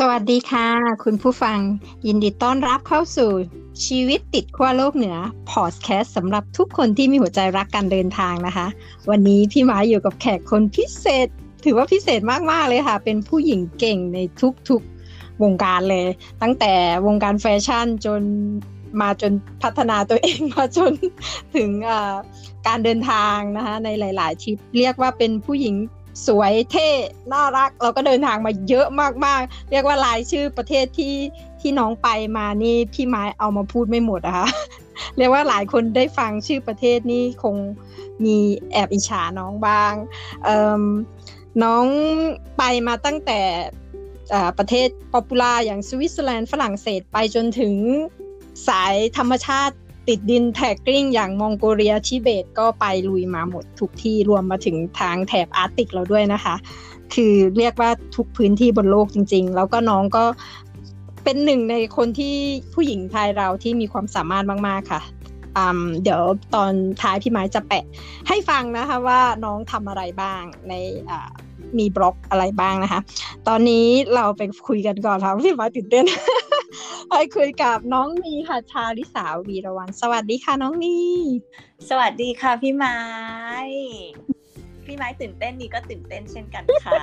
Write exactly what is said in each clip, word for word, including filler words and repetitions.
วัสดีค่ะคุณผู้ฟังยินดีต้อนรับเข้าสู่ชีวิตติดขั้วโลกเหนือพอดแคสต์สำหรับทุกคนที่มีหัวใจรักการเดินทางนะคะวันนี้พี่หมาอยู่กับแขกคนพิเศษถือว่าพิเศษมากๆเลยค่ะเป็นผู้หญิงเก่งในทุกๆวงการเลยตั้งแต่วงการแฟชั่นจนมาจนพัฒนาตัวเองมาจนถึงการเดินทางนะคะในหลายๆทริปเรียกว่าเป็นผู้หญิงสวยเท่น่ารักเราก็เดินทางมาเยอะมากๆเรียกว่ารายชื่อประเทศที่ที่น้องไปมานี่พี่ไม้เอามาพูดไม่หมดนะคะเรียกว่าหลายคนได้ฟังชื่อประเทศนี่คงมีแอบอิจฉาน้องบ้างเอ่อน้องไปมาตั้งแต่ประเทศป๊อปปูล่าอย่างสวิตเซอร์แลนด์ฝรั่งเศสไปจนถึงสายธรรมชาติติดดินแท็กกิ้งอย่างมองโกเลียทิเบตก็ไปลุยมาหมดทุกที่รวมมาถึงทางแถบอาร์กติกเราด้วยนะคะคือเรียกว่าทุกพื้นที่บนโลกจริงๆแล้วก็น้องก็เป็นหนึ่งในคนที่ผู้หญิงไทยเราที่มีความสามารถมากๆค่ะเดี๋ยวตอนท้ายพี่ไม้จะแปะให้ฟังนะคะว่าน้องทำอะไรบ้างในมีบล็อกอะไรบ้างนะคะตอนนี้เราไปคุยกันก่อนค่ะพี่ไม้ตื่นเต้น ไปคุยกับน้องนีค่ะชาลิสาวีรวรรณสวัสดีค่ะน้องนีสวัสดีค่ะพี่ไม้พี่ไม้ตื่นเต้นนี่ก็ตื่นเต้นเช่นกันค่ะ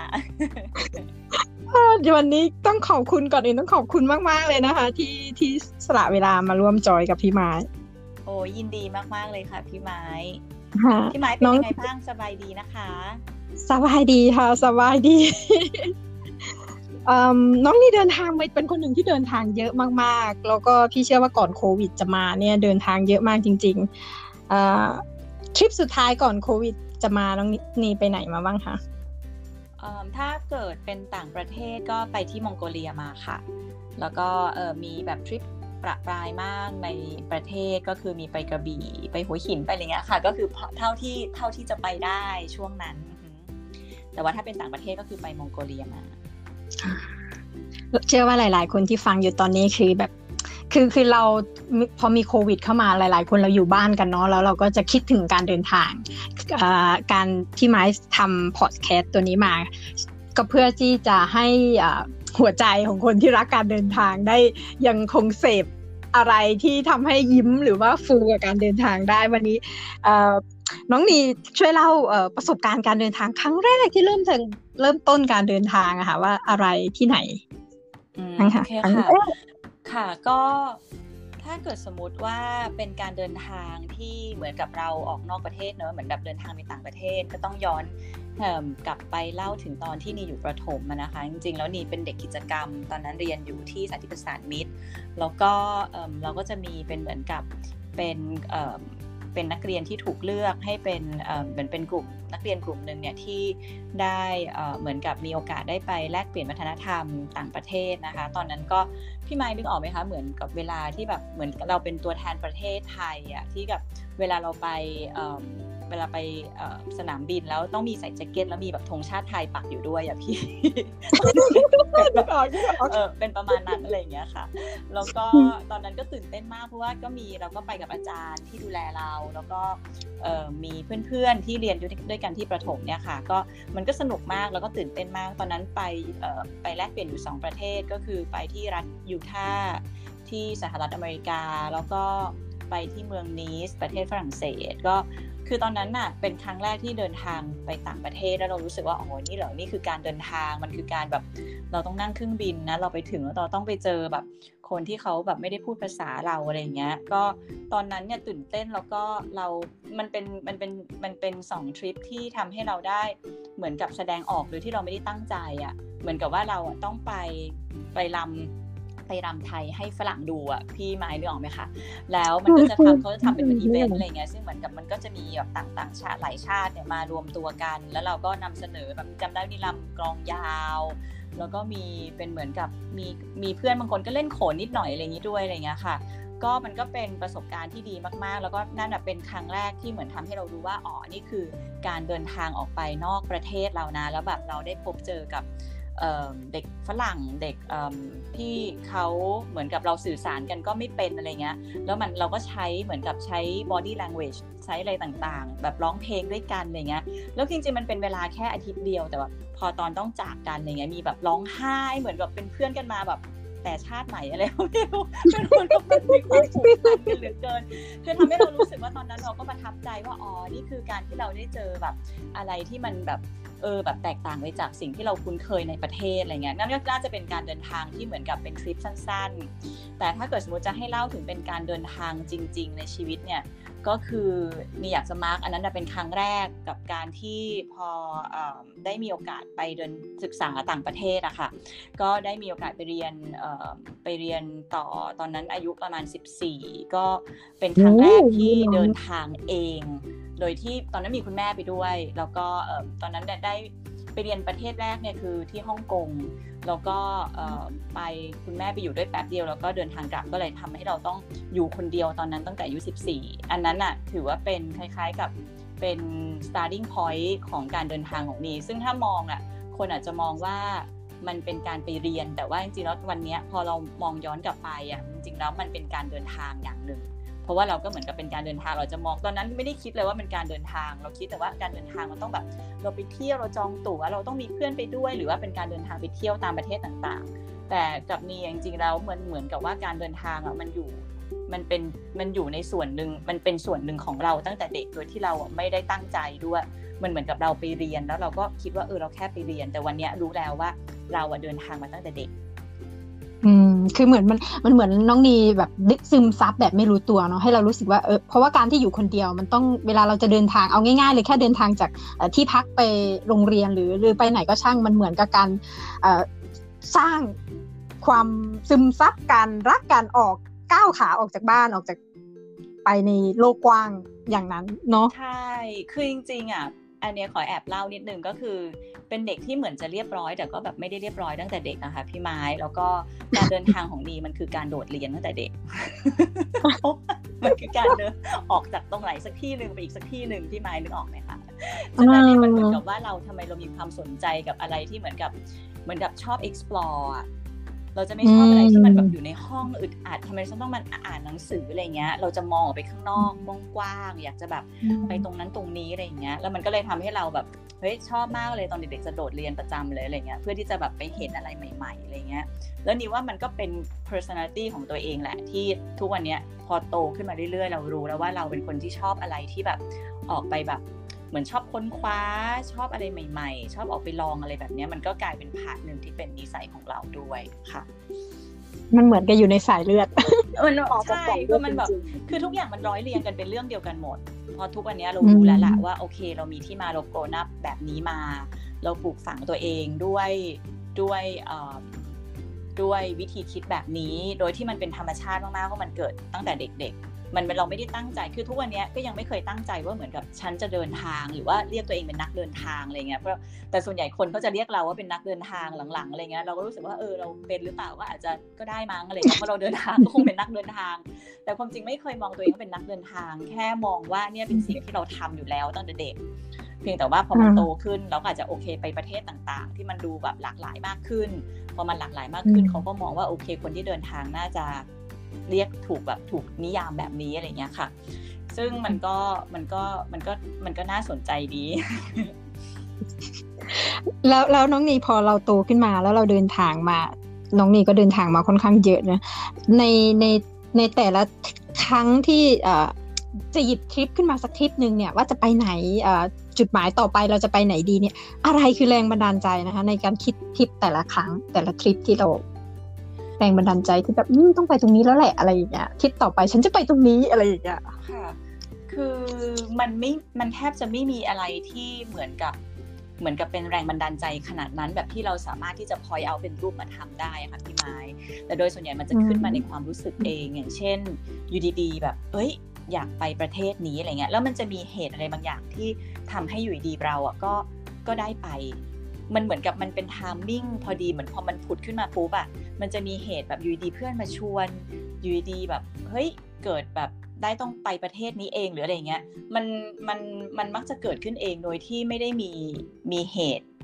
วันนี้ต้องขอบคุณก่อนอื่นต้องขอบคุณมากๆเลยนะคะที่ที่สละเวลามาร่วมจอยกับพี่ไม้โอ้ยินดีมากๆเลยค่ะพี่ไม้พี่ไม้เป็นยังไงบ้างสบายดีนะคะสบายดีค่ะสบายดีน้องนี่เดินทางไปเป็นคนหนึ่งที่เดินทางเยอะมากๆแล้วก็พี่เชื่อว่าก่อนโควิดจะมาเนี่ยเดินทางเยอะมากจริงๆทริปสุดท้ายก่อนโควิดจะมาน้องนี่ไปไหนมาบ้างคะถ้าเกิดเป็นต่างประเทศก็ไปที่มองโกเลียมาค่ะแล้วก็มีแบบทริปประปรายมากในประเทศก็คือมีไปกระบี่ไปหัวหินไปอะไรเงี้ยค่ะก็คือเท่าที่เท่าที่จะไปได้ช่วงนั้นแต่ว่าถ้าเป็นต่างประเทศก็คือไปมองโกเลียมาเชื่อว่าหลายๆคนที่ฟังอยู่ตอนนี้คือแบบคือคือเราพอมีโควิดเข้ามาหลายๆคนเราอยู่บ้านกันเนาะแล้วเราก็จะคิดถึงการเดินทางการที่ไม้ทำพอดแคสต์ตัวนี้มาก็เพื่อที่จะให้หัวใจของคนที่รักการเดินทางได้ยังคงเสพอะไรที่ทำให้ยิ้มหรือว่าฟูกับการเดินทางได้วันนี้น้องนีช่วยเล่าประสบการณ์การเดินทางครั้งแรกที่เริ่มถึงเริ่มต้นการเดินทางอะค่ะว่าอะไรที่ไหนนะคะโอเคค่ะค่ะก็ถ้าเกิดสมมติว่าเป็นการเดินทางที่เหมือนกับเราออกนอกประเทศเนอะเหมือนแบบเดินทางไปต่างประเทศก็ต้องย้อนกลับไปเล่าถึงตอนที่นีอยู่ประถมนะคะจริงๆแล้วนีเป็นเด็กกิจกรรมตอนนั้นเรียนอยู่ที่สาธิตประสานมิตรแล้วก็เราก็จะมีเป็นเหมือนกับเป็นเป็นนักเรียนที่ถูกเลือกให้เป็นเหมือนเป็นกลุ่มนักเรียนกลุ่มนึงเนี่ยที่ได้เหมือนกับมีโอกาสได้ไปแลกเปลี่ยนวัฒนธรรมต่างประเทศนะคะตอนนั้นก็พี่ไม้นึกออกไหมคะเหมือนกับเวลาที่แบบเหมือนเราเป็นตัวแทนประเทศไทยอ่ะที่กับเวลาเราไปเวลาไปสนามบินแล้วต้องมีใส่แจ็คเก็ตแล้วมีแบบธงชาติไทยปักอยู่ด้วยอ่ะพี่เป็นประมาณนั้นอะไรอย่างเงี้ยค่ะแล้วก็ตอนนั้นก็ตื่นเต้นมากเพราะว่าก็มีเราก็ไปกับอาจารย์ที่ดูแลเราแล้วก็มีเพื่อนๆที่เรียนด้วยกันที่ประถมเนี่ยค่ะก็มันก็สนุกมากแล้วก็ตื่นเต้นมากตอนนั้นไปไปแลกเปลี่ยนอยู่สองประเทศก็คือไปที่รัฐยูทาห์ที่สหรัฐอเมริกาแล้วก็ไปที่เมืองนีสประเทศฝรั่งเศสก็คือตอนนั้นน่ะเป็นครั้งแรกที่เดินทางไปต่างประเทศแล้วเรารู้สึกว่าอ๋อนี่เหรอนี่คือการเดินทางมันคือการแบบเราต้องนั่งเครื่องบินนะเราไปถึงแล้วเราต้องไปเจอแบบคนที่เขาแบบไม่ได้พูดภาษาเราอะไรอย่างเงี้ยก็ตอนนั้นเนี่ยตื่นเต้นแล้วก็เรามันเป็นมันเป็นมันเป็นสองทริปที่ทำให้เราได้เหมือนกับแสดงออกโดยที่เราไม่ได้ตั้งใจอ่ะเหมือนกับว่าเราต้องไปไปรำไปรำไทยให้ฝรั่งดูอ่ะพี่ไม้นึกออกไหมคะแล้วมันก็จะทำเขาจะทำเป็นอีเวนต์อะไรเงี้ยซึ่งเหมือนกับมันก็จะมีแบบต่างๆชาติหลายชาติเนี่ยมารวมตัวกันแล้วเราก็นำเสนอแบบจำได้มีรำกลองยาวแล้วก็มีเป็นเหมือนกับมีมีเพื่อนบางคนก็เล่นโขนนิดหน่อยอะไรอย่างนี้ด้วยอะไรเงี้ยค่ะก็มันก็เป็นประสบการณ์ที่ดีมากๆแล้วก็นั่นเป็นครั้งแรกที่เหมือนทำให้เรารู้ว่าอ๋อนี่คือการเดินทางออกไปนอกประเทศเรานะแล้วแบบเราได้พบเจอกับเด็กฝรั่งเด็กที่เขาเหมือนกับเราสื่อสารกันก็ไม่เป็นอะไรเงี้ยแล้วมันเราก็ใช้เหมือนกับใช้ body language ใช้อะไรต่างๆแบบร้องเพลงด้วยกันอะไรเงี้ยแล้วจริงๆมันเป็นเวลาแค่อาทิตย์เดียวแต่ว่าพอตอนต้องจากกันอะไรเงี้ยมีแบบร้องไห้เหมือนแบบเป็นเพื่อนกันมาแบบแต่ชาติไหนอะไรไม่รู้เป็นคนที่มันมีความผูกพันกันเหลือเกินคือทำให้เรารู้สึกว่าตอนนั้นเราก็ประทับใจว่าอ๋อนี่คือการที่เราได้เจอแบบอะไรที่มันแบบเออแบบแตกต่างไปจากสิ่งที่เราคุ้นเคยในประเทศอะไรเงี้ยนั่นก็น่าจะเป็นการเดินทางที่เหมือนกับเป็นทริปสั้นๆแต่ถ้าเกิดสมมติจะให้เล่าถึงเป็นการเดินทางจริงๆในชีวิตเนี่ยก็คือนี่อยากจะมาร์กอันนั้นเป็นครั้งแรกกับการที่พอได้มีโอกาสไปเดินศึกษาต่างประเทศอะค่ะก็ได้มีโอกาสไปเรียนไปเรียนต่อตอนนั้นอายุประมาณสิบสี่ก็เป็นครั้งแรกที่เดินทางเองโดยที่ตอนนั้นมีคุณแม่ไปด้วยแล้วก็ตอนนั้นได้ไปเรียนประเทศแรกเนี่ยคือที่ฮ่องกงแล้วก็ไปคุณแม่ไปอยู่ด้วยแป๊บเดียวแล้วก็เดินทางกลับก็เลยทำให้เราต้องอยู่คนเดียวตอนนั้นตั้งแต่อายุสิบสี่อันนั้นน่ะถือว่าเป็นคล้ายๆกับเป็น starting point ของการเดินทางของนีซึ่งถ้ามองอ่ะคนอาจจะมองว่ามันเป็นการไปเรียนแต่ว่าจริงๆแล้ววันนี้พอเรามองย้อนกลับไปอ่ะจริงๆแล้วมันเป็นการเดินทางอย่างหนึ่งเพราะว่าเราก็เหมือนกับเป็นการเดินทางเราจะมองตอนนั้นไม่ได้คิดเลยว่าเป็นการเดินทางเราคิดแต่ว่าการเดินทางมันต้องแบบเราไปเที่ยวเราจองตั๋วเราต้องมีเพื่อนไปด้วยหรือว่าเป็นการเดินทางไปเที่ยวตามประเทศต่างๆแต่กับนีจริงๆแล้วเหมือนเหมือนกับว่าการเดินทางอ่ะมันอยู่มันเป็นมันอยู่ในส่วนหนึ่งมันเป็นส่วนหนึ่งของเราตั้งแต่เด็กโดยที่เราไม่ได้ตั้งใจด้วยมันเหมือนกับเราไปเรียนแล้วเราก็คิดว่าเออเราแค่ไปเรียนแต่วันนี้รู้แล้วว่าเราอ่ะเดินทางมาตั้งแต่เด็กอืมคือเหมือนมันมันเหมือนน้องนีแบบได้ซึมซับแบบไม่รู้ตัวเนาะให้เรารู้สึกว่าเออเพราะว่าการที่อยู่คนเดียวมันต้องเวลาเราจะเดินทางเอาง่ายๆเลยแค่เดินทางจากที่พักไปโรงเรียนหรือหรือไปไหนก็ช่างมันเหมือนกับการเอ่อสร้างความซึมซับการรักการออกก้าวขาออกจากบ้านออกจากไปในโลกกว้างอย่างนั้นเนาะใช่คือจริงๆอ่ะอันนี้ขอแอบเล่านิดนึงก็คือเป็นเด็กที่เหมือนจะเรียบร้อยแต่ก็แบบไม่ได้เรียบร้อยตั้งแต่เด็กนะคะพี่ไม้แล้วก็การเดินทางของนีมันคือการโดดเรียนตั้งแต่เด็ก มันคือการเดินออกจากตรงไหนสักที่นึงไปอีกสักที่นึงพี่ไม้นึกออกไหมคะฉะนั้นนี่มันเหมือนกับว่าเราทำไมเรามีความสนใจกับอะไรที่เหมือนกับเหมือนกับชอบ explore เราจะไม่ชอบอะไรที่มันแบบอยู่ในห้องอึดอัดทำไมฉันต้องมาอ่านหนังสืออะไรเงี้ยเราจะมองออกไปข้างนอกกว้างๆอยากจะแบบไปตรงนั้นตรงนี้อะไรเงี้ยแล้วมันก็เลยทำให้เราแบบเฮ้ยชอบมากเลยตอนเด็กๆจะโดดเรียนประจำเลยอะไรเงี้ยเพื่อที่จะแบบไปเห็นอะไรใหม่ๆอะไรเงี้ยแล้วนี่ว่ามันก็เป็น personality ของตัวเองแหละที่ทุกวันนี้พอโตขึ้นมาเรื่อยๆเรารู้แล้วว่าเราเป็นคนที่ชอบอะไรที่แบบออกไปแบบเหมือนชอบค้นคว้าชอบอะไรใหม่ๆชอบออกไปลองอะไรแบบนี้มันก็กลายเป็นพาร์ทนึงที่เป็นนิสัยของเราด้วยค่ะมันเหมือนกันอยู่ในสายเลือดมันใช่คือมันแบบคือทุกอย่างมันร้อยเรียงกันเป็นเรื่องเดียวกันหมดพอทุกวันนี้เรารู้แล้วแหละว่าโอเคเรามีที่มาเราโกรนับแบบนี้มาเราปลูกฝังตัวเองด้วยด้วยด้วยวิธีคิดแบบนี้โดยที่มันเป็นธรรมชาติมากๆเพราะมันเกิดตั้งแต่เด็กๆมันเราไม่ได้ตั้งใจคือทุกวันนี้ก็ยังไม่เคยตั้งใจว่าเหมือนกับฉันจะเดินทางหรือว่าเรียกตัวเองเป็นนักเดินทางอะไรเงี้ยเพราะแต่ส่วนใหญ่คนเขาจะเรียกเราว่าเป็นนักเดินทางหลังๆอะไรเงี้ยเราก็รู้สึกว่าเออเราเป็นหรือเปล่าว่าอาจจะก็ได้มั้งอะไรเงี้ยเพราะเราเดินทางก็คงเป็นนักเดินทางแต่ความจริงไม่เคยมองตัวเองว่าเป็นนักเดินทางแค่มองว่าเนี่ยเป็นสิ่งที่เราทำอยู่แล้วตั้งแต่เด็กเพียงแต่ว่าพอมันโตขึ้นเราก็อาจจะโอเคไปประเทศต่างๆที่มันดูแบบหลากหลายมากขึ้นพอมันหลากหลายมากขึ้นเขาก็มองว่าโอเคคนที่เดินทางน่าจะเรียกถูกแบบถูกนิยามแบบนี้อะไรเงี้ยค่ะซึ่งมันก็มันก็มันก็มันก็น่าสนใจดีแล้วแล้วน้องนีพอเราโตขึ้นมาแล้วเราเดินทางมาน้องนีก็เดินทางมาค่อนข้างเยอะนะในในในแต่ละครั้งที่เอ่อจะหยิบทริปขึ้นมาสักทริปนึงเนี่ยว่าจะไปไหนเอ่อจุดหมายต่อไปเราจะไปไหนดีเนี่ยอะไรคือแรงบันดาลใจนะคะในการคิดทริปแต่ละครั้งแต่ละทริปที่เราแรงบันดาลใจที่แบบต้องไปตรงนี้แล้วแหละอะไรอย่างเงี้ยทริปต่อไปฉันจะไปตรงนี้อะไรอย่างเงี้ยค่ะคือมันไม่มันแทบจะไม่มีอะไรที่เหมือนกับเหมือนกับเป็นแรงบันดาลใจขนาดนั้นแบบที่เราสามารถที่จะพอยเอาเป็นรูปมาทำได้ค่ะพี่ไม้แต่โดยส่วนใหญ่มันจะขึ้นมาในความรู้สึกเองอย่างเช่นอยู่ดีๆแบบเอ้ยอยากไปประเทศนี้อะไรเงี้ยแล้วมันจะมีเหตุอะไรบางอย่างที่ทำให้อยู่ดีเราอ่ะก็ก็ได้ไปมันเหมือนกับมันเป็นไทมิ่งพอดีเหมือนพอมันผุดขึ้นมาปุ๊บอ่ะมันจะมีเหตุแบบอยู่ดีเพื่อนมาชวนอยู่ดีแบบเฮ้ยเกิดแบบได้ต้องไปประเทศนี้เองหรืออะไรเงี้ยมันมันมันมักจะเกิดขึ้นเองโดยที่ไม่ได้มีมีเหตุ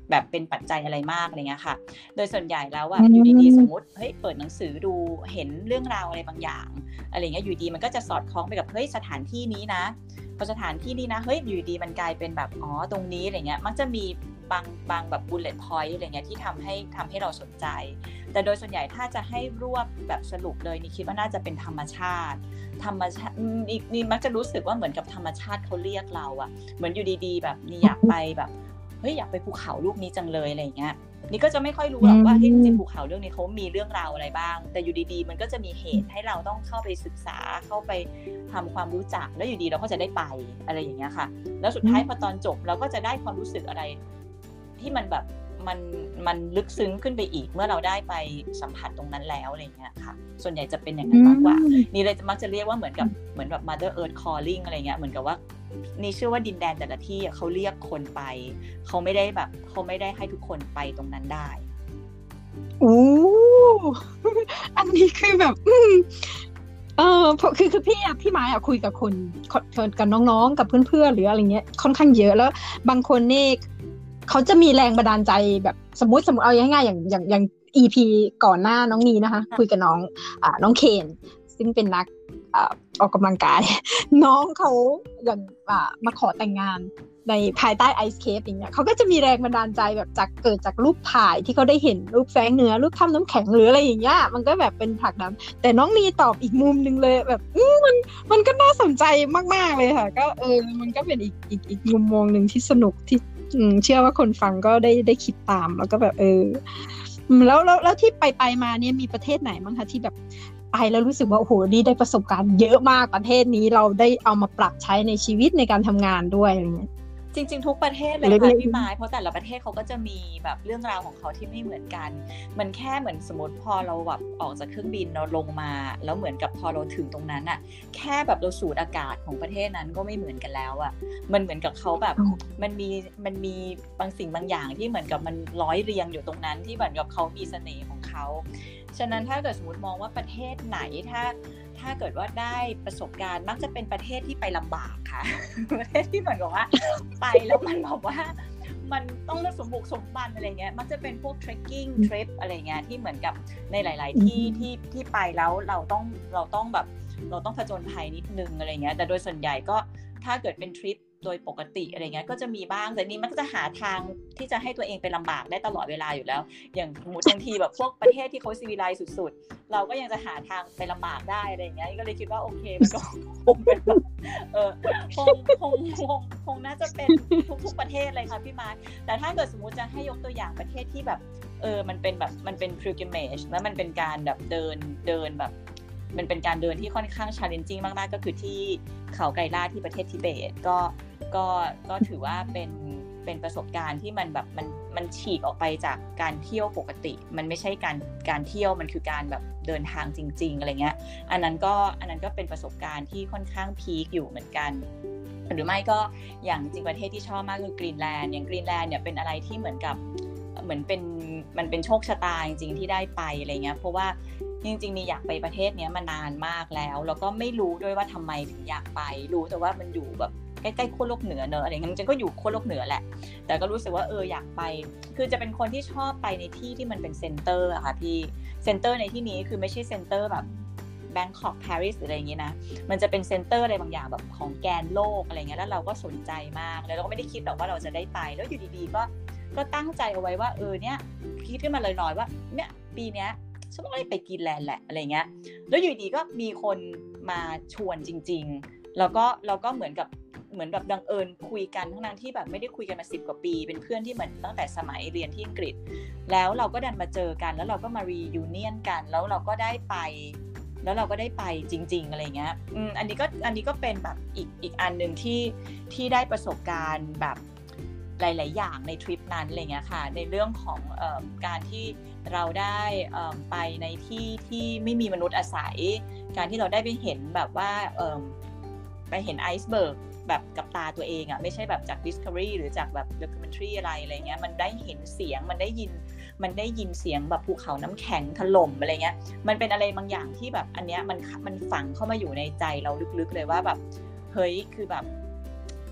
แบบเป็นปัจจัยอะไรมากอะไรเงี้ยค่ะโดยส่วนใหญ่แล้วอะอยู่ดีๆสมมติเฮ้ยเปิดหนังสือดูเห็นเรื่องราวอะไรบางอย่างอะไรเงี้ยอยู่ดีมันก็จะสอดคล้องไปกับเฮ้ยสถานที่นี้นะพอสถานที่นี้นะเฮ้ยอยู่ดีมันกลายเป็นแบบอ๋อตรงนี้อะไรเงี้ยมักจะมีบางบางแบบ bullet point อะไรเงี้ยที่ทำให้ทำให้เราสนใจแต่โดยส่วนใหญ่ถ้าจะให้รวบแบบสรุปเลยนี่คิดว่าน่าจะเป็นธรรมชาติธรรมชาตินี่มักจะรู้สึกว่าเหมือนกับธรรมชาติเขาเรียกเราอะเหมือนอยู่ดีๆแบบนี่อยากไปแบบเฮ้ยอยากไปภูเขาลูกนี้จังเลยอะไรเงี้ยนี่ก็จะไม่ค่อยรู้หรอกว่าที่จริงภูเขาเรื่องนี้เขามีเรื่องราวอะไรบ้างแต่อยู่ดีๆมันก็จะมีเหตุให้เราต้องเข้าไปศึกษาเข้าไปทำความรู้จักแล้วอยู่ดีเราก็จะได้ไปอะไรอย่างเงี้ยค่ะแล้วสุดท้ายพอตอนจบเราก็จะได้ความรู้สึกอะไรที่มันแบบมันมันลึกซึ้งขึ้นไปอีกเมื่อเราได้ไปสัมผัสตรงนั้นแล้วอะไรเงี้ยค่ะส่วนใหญ่จะเป็นอย่างนั้นมากกว่านี่เลยจะมักจะเรียกว่าเหมือนกับเหมือนแบบ Mother Earth Calling อะไรเงี้ยเหมือนกับว่านี่เชื่อว่าดินแดนแต่ละที่เขาเรียกคนไปเขาไม่ได้แบบเขาไม่ได้ให้ทุกคนไปตรงนั้นได้โอ้อันนี้คือแบบเออคือคือพี่อะพี่ไม้อะคุยกับคนกับน้องๆกับเพื่อนๆหรืออะไรเงี้ยค่อนข้างเยอะแล้วบางคนนี่เขาจะมีแรงบันดาลใจแบบสมมุติสมมุติเอาง่ายๆอย่างอย่างอย่าง อี พี ก่อนหน้าน้องนีนะคะคุยกับน้องอ่าน้องเคนซึ่งเป็นนักอ่าออกกำลังกายน้องเขาอย่างอ่ามาขอแต่งงานในภายใต้ไอซ์เคปอย่างเงี้ยเขาก็จะมีแรงบันดาลใจแบบจากเกิดจากรูปถ่ายที่เขาได้เห็นรูปแสงเหนือรูปถ้ำน้ำแข็งหรืออะไรอย่างเงี้ยมันก็แบบเป็นผลักดันแต่น้องนีตอบอีกมุมนึงเลยแบบมันมันก็น่าสนใจมากๆเลยค่ะก็เออมันก็เป็นอีกอีกอีกมุมมองนึงที่สนุกที่เชื่อว่าคนฟังก็ได้ได้คิดตามแล้วก็แบบเออแล้วแล้วแล้วที่ไปไปมาเนี่ยมีประเทศไหนบ้างคะที่แบบไปแล้วรู้สึกว่าโอ้โหนี่ได้ประสบการณ์เยอะมากประเทศนี้เราได้เอามาปรับใช้ในชีวิตในการทำงานด้วยอะไรเงี้ยจริงๆทุกประเทศเลยค่ะพี่ไม้เพราะแต่ละประเทศเขาก็จะมีแบบเรื่องราวของเขาที่ไม่เหมือนกันมันแค่เหมือนสมมติพอเราแบบออกจากเครื่องบินเราลงมาแล้วเหมือนกับพอเราถึงตรงนั้นอะแค่แบบเราสูดอากาศของประเทศนั้นก็ไม่เหมือนกันแล้วอะมันเหมือนกับเขาแบบมันมีมันมีบางสิ่งบางอย่างที่เหมือนกับมันร้อยเรียงอยู่ตรงนั้นที่เหมือนกับเขามีเสน่ห์ของเขาฉะนั้นถ้าเกิดสมมติมองว่าประเทศไหนถ้าถ้าเกิดว่าได้ประสบการณ์มักจะเป็นประเทศที่ไปลำบากค่ะประเทศที่เหมือนกับว่าไปแล้วมันบอกว่ามันต้องเลือกสมบุกสมบันอะไรเงี้ยมักจะเป็นพวก trekking trip อะไรเงี้ยที่เหมือนกับในหลายๆที่ที่ที่ไปแล้วเราต้องเราต้องแบบเราต้องผจญภัยนิดนึงอะไรเงี้ยแต่โดยส่วนใหญ่ก็ถ้าเกิดเป็นทริปโดยปกติอะไรเงี้ยก็จะมีบ้างแต่นี้มันก็จะหาทางที่จะให้ตัวเองไปลำบากได้ตลอดเวลาอยู่แล้วอย่างสมมติบางทีแบบพวกประเทศที่เขาซีวิไลซ์สุดๆเราก็ยังจะหาทางไปลำบากได้อะไรเงี้ยก็เลยคิดว่าโอเคมันก็คงเป็นแบบเออคงคงคงคงน่าจะเป็นทุกๆประเทศเลยค่ะพี่มาร์คแต่ถ้าเกิดสมมติจะให้ยกตัวอย่างประเทศที่แบบเออมันเป็นแบบมันเป็น pilgrimage แล้วมันเป็นการแบบเดินเดินแบบมันเป็นการเดินที่ค่อนข้าง challenging มากๆก็คือที่เขาไกล่าที่ประเทศทิเบตก็ก็ก็ถือว่าเป็นเป็นประสบการณ์ที่มันแบบมันมันฉีกออกไปจากการเที่ยวปกติมันไม่ใช่การการเที่ยวมันคือการแบบเดินทางจริงๆอะไรเงี้ยอันนั้นก็อันนั้นก็เป็นประสบการณ์ที่ค่อนข้างพีคอยู่เหมือนกันหรือไม่ก็อย่างจริงประเทศที่ชอบมากคือกรีนแลนด์อย่างกรีนแลนด์เนี่ยเป็นอะไรที่เหมือนกับเหมือนเป็นมันเป็นโชคชะตาจริงๆที่ได้ไปอะไรเงี้ยเพราะว่าจริงๆนี่อยากไปประเทศนี้มานานมากแล้วแล้วก็ไม่รู้ด้วยว่าทำไมถึงอยากไปรู้แต่ว่ามันอยู่แบบใกล้ๆขั้วโลกเหนือเนอะอะไรเงี้ยจริงๆก็อยู่ขั้วโลกเหนือแหละแต่ก็รู้สึกว่าเอออยากไปคือจะเป็นคนที่ชอบไปในที่ที่มันเป็นเซ็นเตอร์อะค่ะพี่เซ็นเตอร์ในที่นี้คือไม่ใช่เซ็นเตอร์แบบแบงคอกปารีสหรืออะไรอย่างงี้นะมันจะเป็นเซ็นเตอร์อะไรบางอย่างแบบของแกนโลกอะไรเงี้ยแล้วเราก็สนใจมากแล้วเราก็ไม่ได้คิดหรอกว่าเราจะได้ไปแล้วอยู่ดีๆก็ก็ตั้งใจเอาไว้ว่าเออเนี่ยคิดขึ้นมาลอยๆว่าเนี่ยปีเนี้ยฉันต้องได้ไปกรีนแลนด์แหละอะไรเงี้ยแล้วอยู่ดีก็มีคนมาชวนจริงๆแล้วก็เราก็เหมือนกับเหมือนแบบบังเอิญคุยกันทั้งนั้นที่แบบไม่ได้คุยกันมาสิบกว่าปีเป็นเพื่อนที่เหมือนตั้งแต่สมัยเรียนที่อังกฤษแล้วเราก็ดันมาเจอกันแล้วเราก็มารียูเนียนกันแล้วเราก็ได้ไปแล้วเราก็ได้ไปจริงๆอะไรเงี้ยอืมอันนี้ก็อันนี้ก็เป็นแบบอีกอีกอันนึงที่ที่ได้ประสบการณ์แบบหลายๆอย่างในทริปนั้นอะไรเงี้ยค่ะในเรื่องของเอ่อการที่เราได้เอ่อไปในที่ที่ไม่มีมนุษย์อาศัยการที่เราได้ไปเห็นแบบว่าเอ่อไปเห็นไอซ์เบิร์กแบบกับตาตัวเองอ่ะไม่ใช่แบบจาก Discovery หรือจากแบบ documentary อะไรอะไรเงี้ยมันได้เห็นเสียงมันได้ยินมันได้ยินเสียงแบบภูเขาน้ำแข็งถล่มอะไรเงี้ยมันเป็นอะไรบางอย่างที่แบบอันเนี้ยมันมันฝังเข้ามาอยู่ในใจเราลึกๆเลยว่าแบบเฮ้ยคือแบบ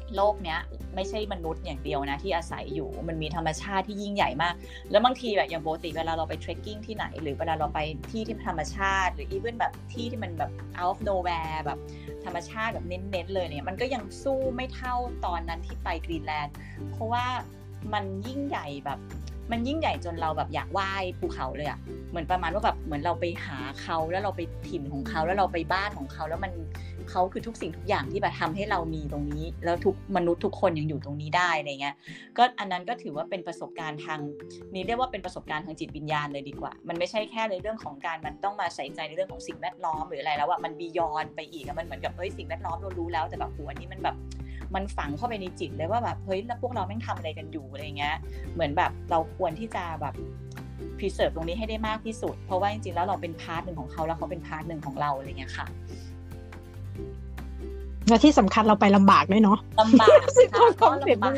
โลกเนี้ยไม่ใช่มนุษย์อย่างเดียวนะที่อาศัยอยู่มันมีธรรมชาติที่ยิ่งใหญ่มากแล้วบางทีแบบอย่างปกติเวลาเราไปเทรคกิ้งที่ไหนหรือเวลาเราไปที่ที่ธรรมชาติหรืออีเวนแบบที่ที่มันแบบ out of nowhere แบบธรรมชาติแบบเน้นๆเลยเนี่ยมันก็ยังสู้ไม่เท่าตอนนั้นที่ไปกรีนแลนด์เพราะว่ามันยิ่งใหญ่แบบมันยิ่งใหญ่จนเราแบบอยากว่ายภูเขาเลยอะเหมือนประมาณว่าแบบเหมือนเราไปหาเขาแล้วเราไปถิ่นของเขาแล้วเราไปบ้านของเขาแล้วมันเขาคือทุกสิ่งทุกอย่างที่แบบทำให้เรามีตรงนี้แล้วทุกมนุษย์ทุกคนยังอยู่ตรงนี้ได้อะไรเงี้ยก็อันนั้นก็ถือว่าเป็นประสบการณ์ทางนี่เรียกว่าเป็นประสบการณ์ทางจิตวิญญาณเลยดีกว่ามันไม่ใช่แค่ในเรื่องของการมันต้องมาใส่ใจในเรื่องของสิ่งแวดล้อมหรืออะไรแล้วอะมันบียอนไปอีกมันเหมือนกับเฮ้ยสิ่งแวดล้อมเรารู้แล้วแต่แบบหัวนี้มันแบบมันฝังเข้าไปในจิตเลยว่าแบบเฮ้ยแล้วพวกเราแม่งทำอะไรกันอยู่อะไรเงี้ยเหมือนแบบเราควรที่จะแบบpreserve ตรงนี้ให้ได้มากที่สุดเพราะว่าจริงๆแล้วเราเป็นพาร์ทหนึ่งของเขาแล้วเขาเป็นพาร์ทหนึ่งของเราอะไรเงี้ยค่ะและที่สำคัญเราไปลำบากด้วยเนาะลำบากค่ะก็ลำบาก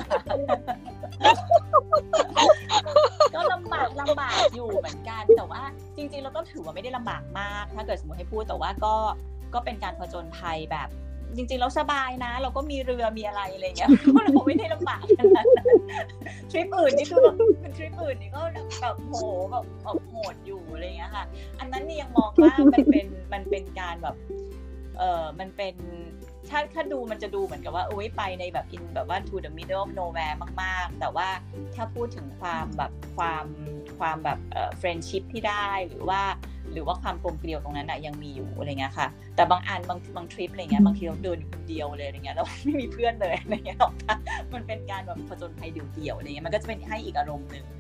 ก็ลำบากลำบากอยู่เหมือนกันแต่ว่าจริงๆเราก็ถือว่าไม่ได้ลำบากมากถ้าเกิดสมมติให้พูดแต่ว่าก็ก็เป็นการผจญภัยแบบจริงๆเราสบายนะเราก็มีเรือมีอะไรอะไรเงี้ยเพราะเราไม่ได้ลำบากขนาดนั้นทริปอื่นนี่คือแบบเป็นทริปอื่นนี่ก็แบบโหแบบโหดอยู่อะไรเงี้ยค่ะอันนั้นนี่ยังมองว่ามันเป็นมันเป็นการแบบเออมันเป็นถ้าถ้าดูมันจะดูเหมือนกับว่าโอ้ยไปในแบบ in แบบว่า to the middle of nowhere มากๆแต่ว่าถ้าพูดถึงความแบบความความแบบเอ่อ friendship ที่ได้หรือว่าหรือว่าความกลมเกลียวตรงนั้นนะยังมีอยู่อะไรเงี้ยค่ะแต่บางอันบางบางทริปอะไรเงี้ยบางทีเราเดินอยู่คนเดียวเลยอะไรเงี้ยเราไม่มีเพื่อนเลยอะไรเงี้ยหรอกมันเป็นการแบบผจญภัยเดี่ยวๆอะไรเงี้ยมันก็จะเป็นให้อีกอารมณ์นึง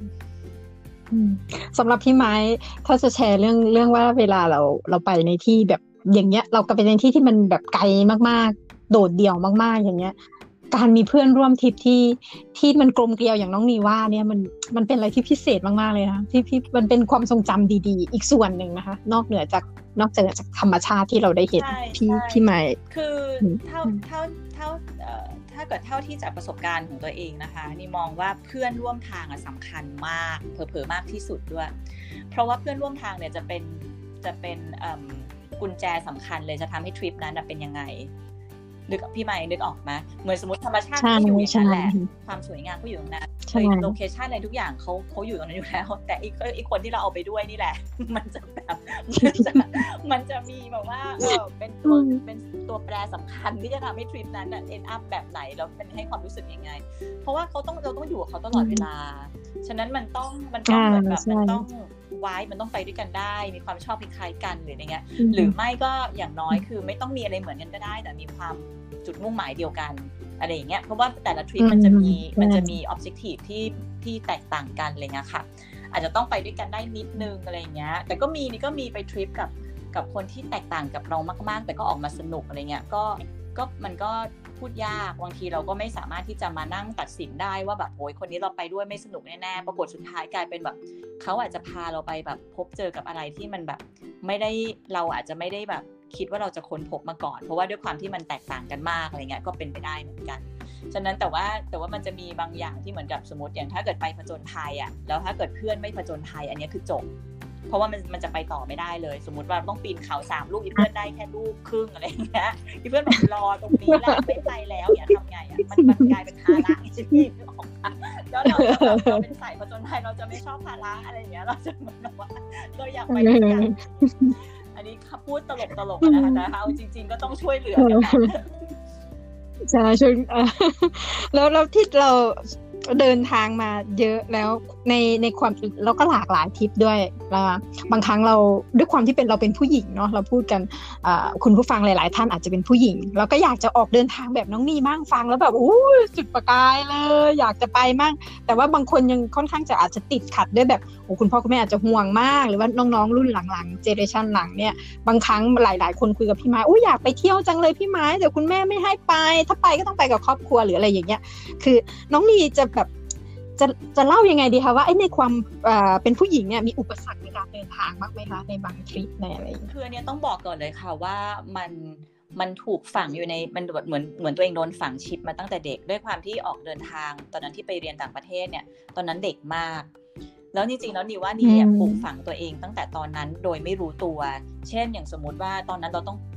สำหรับพี่ไม้ถ้าจะแชร์เรื่องเรื่องว่าเวลาเราเราไปในที่แบบอย่างเงี้ยเราก็ไปในที่ที่มันแบบไกลมากๆโดดเดี่ยวมากๆอย่างเงี้ยการมีเพื่อนร่วมทริปที่ที่มันกลมเกลียวอย่างน้องนีว่าเนี่ยมันมันเป็นอะไรที่พิเศษมากๆเลยนะที่พี่มันเป็นความทรงจำดีๆอีกส่วนหนึ่งนะคะนอกเหนือจากนอกจากจากธรรมชาติที่เราได้เห็นพี่พี่ไม้คือเท่าเท่าเท่าเอ่อถ้าเกิดเท่าที่จากประสบการณ์ของตัวเองนะคะนี่มองว่าเพื่อนร่วมทางอ่ะสำคัญมากเผลอๆมากที่สุดด้วยเพราะว่าเพื่อนร่วมทางเนี่ยจะเป็นจะเป็นกุญแจสำคัญเลยจะทำให้ทริปนั้นเป็นยังไงนึกพี่ใหม่นึกออกไหมเหมือนสมมติธรรมชาติก็อยู่อย่างนั้นแหละความสวยงามก็อยู่ตรงนั้นโลเคชั่นอะไรทุกอย่างเขาเขาอยู่ตรงนั้นอยู่แล้วแต่อีกอีกคนที่เราเอาไปด้วยนี่แหละมันจะแบบมันจะมันจะมีแบบว่าเออเป็นตัวเป็นตัวแปรสำคัญที่จะทำให้ทริปนั้นเอ็นอัพแบบไหนแล้วเป็นให้ความรู้สึกยังไงเพราะว่าเขาต้องเราต้องอยู่กับเขาตลอดเวลาฉะนั้นมันต้องมันต้องเหมือนแบบมันต้องไว้มันต้องไปด้วยกันได้มีความชอบคล้ายๆกันหรืออะไรเงี้ยหรือไม่ก็อย่างน้อยคือไม่ต้องมีอะไรเหมือนกันก็ได้แต่มีความจุดมุ่งหมายเดียวกันอะไรอย่างเงี้ยเพราะว่าแต่ละทริปมันจะมีมันจะมีออบเจกตีฟที่ที่แตกต่างกันอะไรเงี้ยค่ะอาจจะต้องไปด้วยกันได้นิดนึงอะไรเงี้ยแต่ก็มีนี่ก็มีไปทริปกับกับคนที่แตกต่างกับเรามากๆแต่ก็ออกมาสนุกอะไรเงี้ยก็ก็มันก็พูดยากบางทีเราก็ไม่สามารถที่จะมานั่งตัดสินได้ว่าแบบโอ้ยคนนี้เราไปด้วยไม่สนุกแน่ๆปรากฏสุดท้ายกลายเป็นแบบเขาอาจจะพาเราไปแบบพบเจอกับอะไรที่มันแบบไม่ได้เราอาจจะไม่ได้แบบคิดว่าเราจะค้นพบมาก่อนเพราะว่าด้วยความที่มันแตกต่างกันมากอะไรเงี้ยก็เป็นไปได้เหมือนกันฉะนั้นแต่ว่าแต่ว่ามันจะมีบางอย่างที่เหมือนกับสมมติอย่างถ้าเกิดไปผจญภัยอ่ะแล้วถ้าเกิดเพื่อนไม่ผจญภัยอันนี้คือจบเพราะว่ามันมันจะไปต่อไม่ได้เลยสมมติว่าต้องปีนเขาสามลูกอีเพื่อนได้แค่ลูกครึ่งอะไรอย่างเงี้ยอีเพื่อนบอกรอตรงนี้แหละไม่ไปแล้วอย่าทำไงอ่ะมันมันกลายเป็นภาระที่พี่ออกมาแล้วเราเราเป็นสายผจญภัยเราจะไม่ชอบภาระอะไรอย่างเงี้ยเราจะเหมือนแบบว่าเราอยากไปด้วยกันอันนี้พูดตลกตลกนะคะแต่เอาจริงๆก็ต้องช่วยเหลือกันใช่ช่วยแล้วแล้วที่เราเดินทางมาเยอะแล้วในในความแล้วก็หลากหลายทริปด้วยนะคะบางครั้งเราด้วยความที่เป็นเราเป็นผู้หญิงเนาะเราพูดกันคุณผู้ฟังหลายๆท่านอาจจะเป็นผู้หญิงแล้วก็อยากจะออกเดินทางแบบน้องนีมั่งฟังแล้วแบบอู้จุดประกายเลยอยากจะไปมั่งแต่ว่าบางคนยังค่อนข้างจะอาจจะติดขัดด้วยแบบโอ้คุณพ่อคุณแม่อาจจะห่วงมากหรือว่าน้องๆรุ่นหลังๆเจเนอเรชันหลังเนี่ยบางครั้งหลายๆคนคุยกับพี่ไม้อู้อยากไปเที่ยวจังเลยพี่ไม้แต่คุณแม่ไม่ให้ไปถ้าไปก็ต้องไปกับครอบครัวหรืออะไรอย่างเงี้ยคือน้องนีจะแบบจะจะเล่ายังไงดีคะว่าไอ้ในความเป็นผู้หญิงเนี่ยมีอุปสรรคในการเดินทางบ้างไหมคะในบางทริปในอะไรอย่างเงี้ยคืออันนี้ต้องบอกก่อนเลยค่ะว่ามันมันถูกฝังอยู่ในมันเหมือนเหมือนตัวเองโดนฝังชิปมาตั้งแต่เด็กด้วยความที่ออกเดินทางตอนนั้นที่ไปเรียนต่างประเทศเนี่ยตอนนั้นเด็กมากแล้วจริงๆแล้วนี่ว่านี่เนี่ยปลูกฝังตัวเองตั้งแต่ตอนนั้นโดยไม่รู้ตัวเช่นอย่างสมมุติว่าตอนนั้นเราต้อง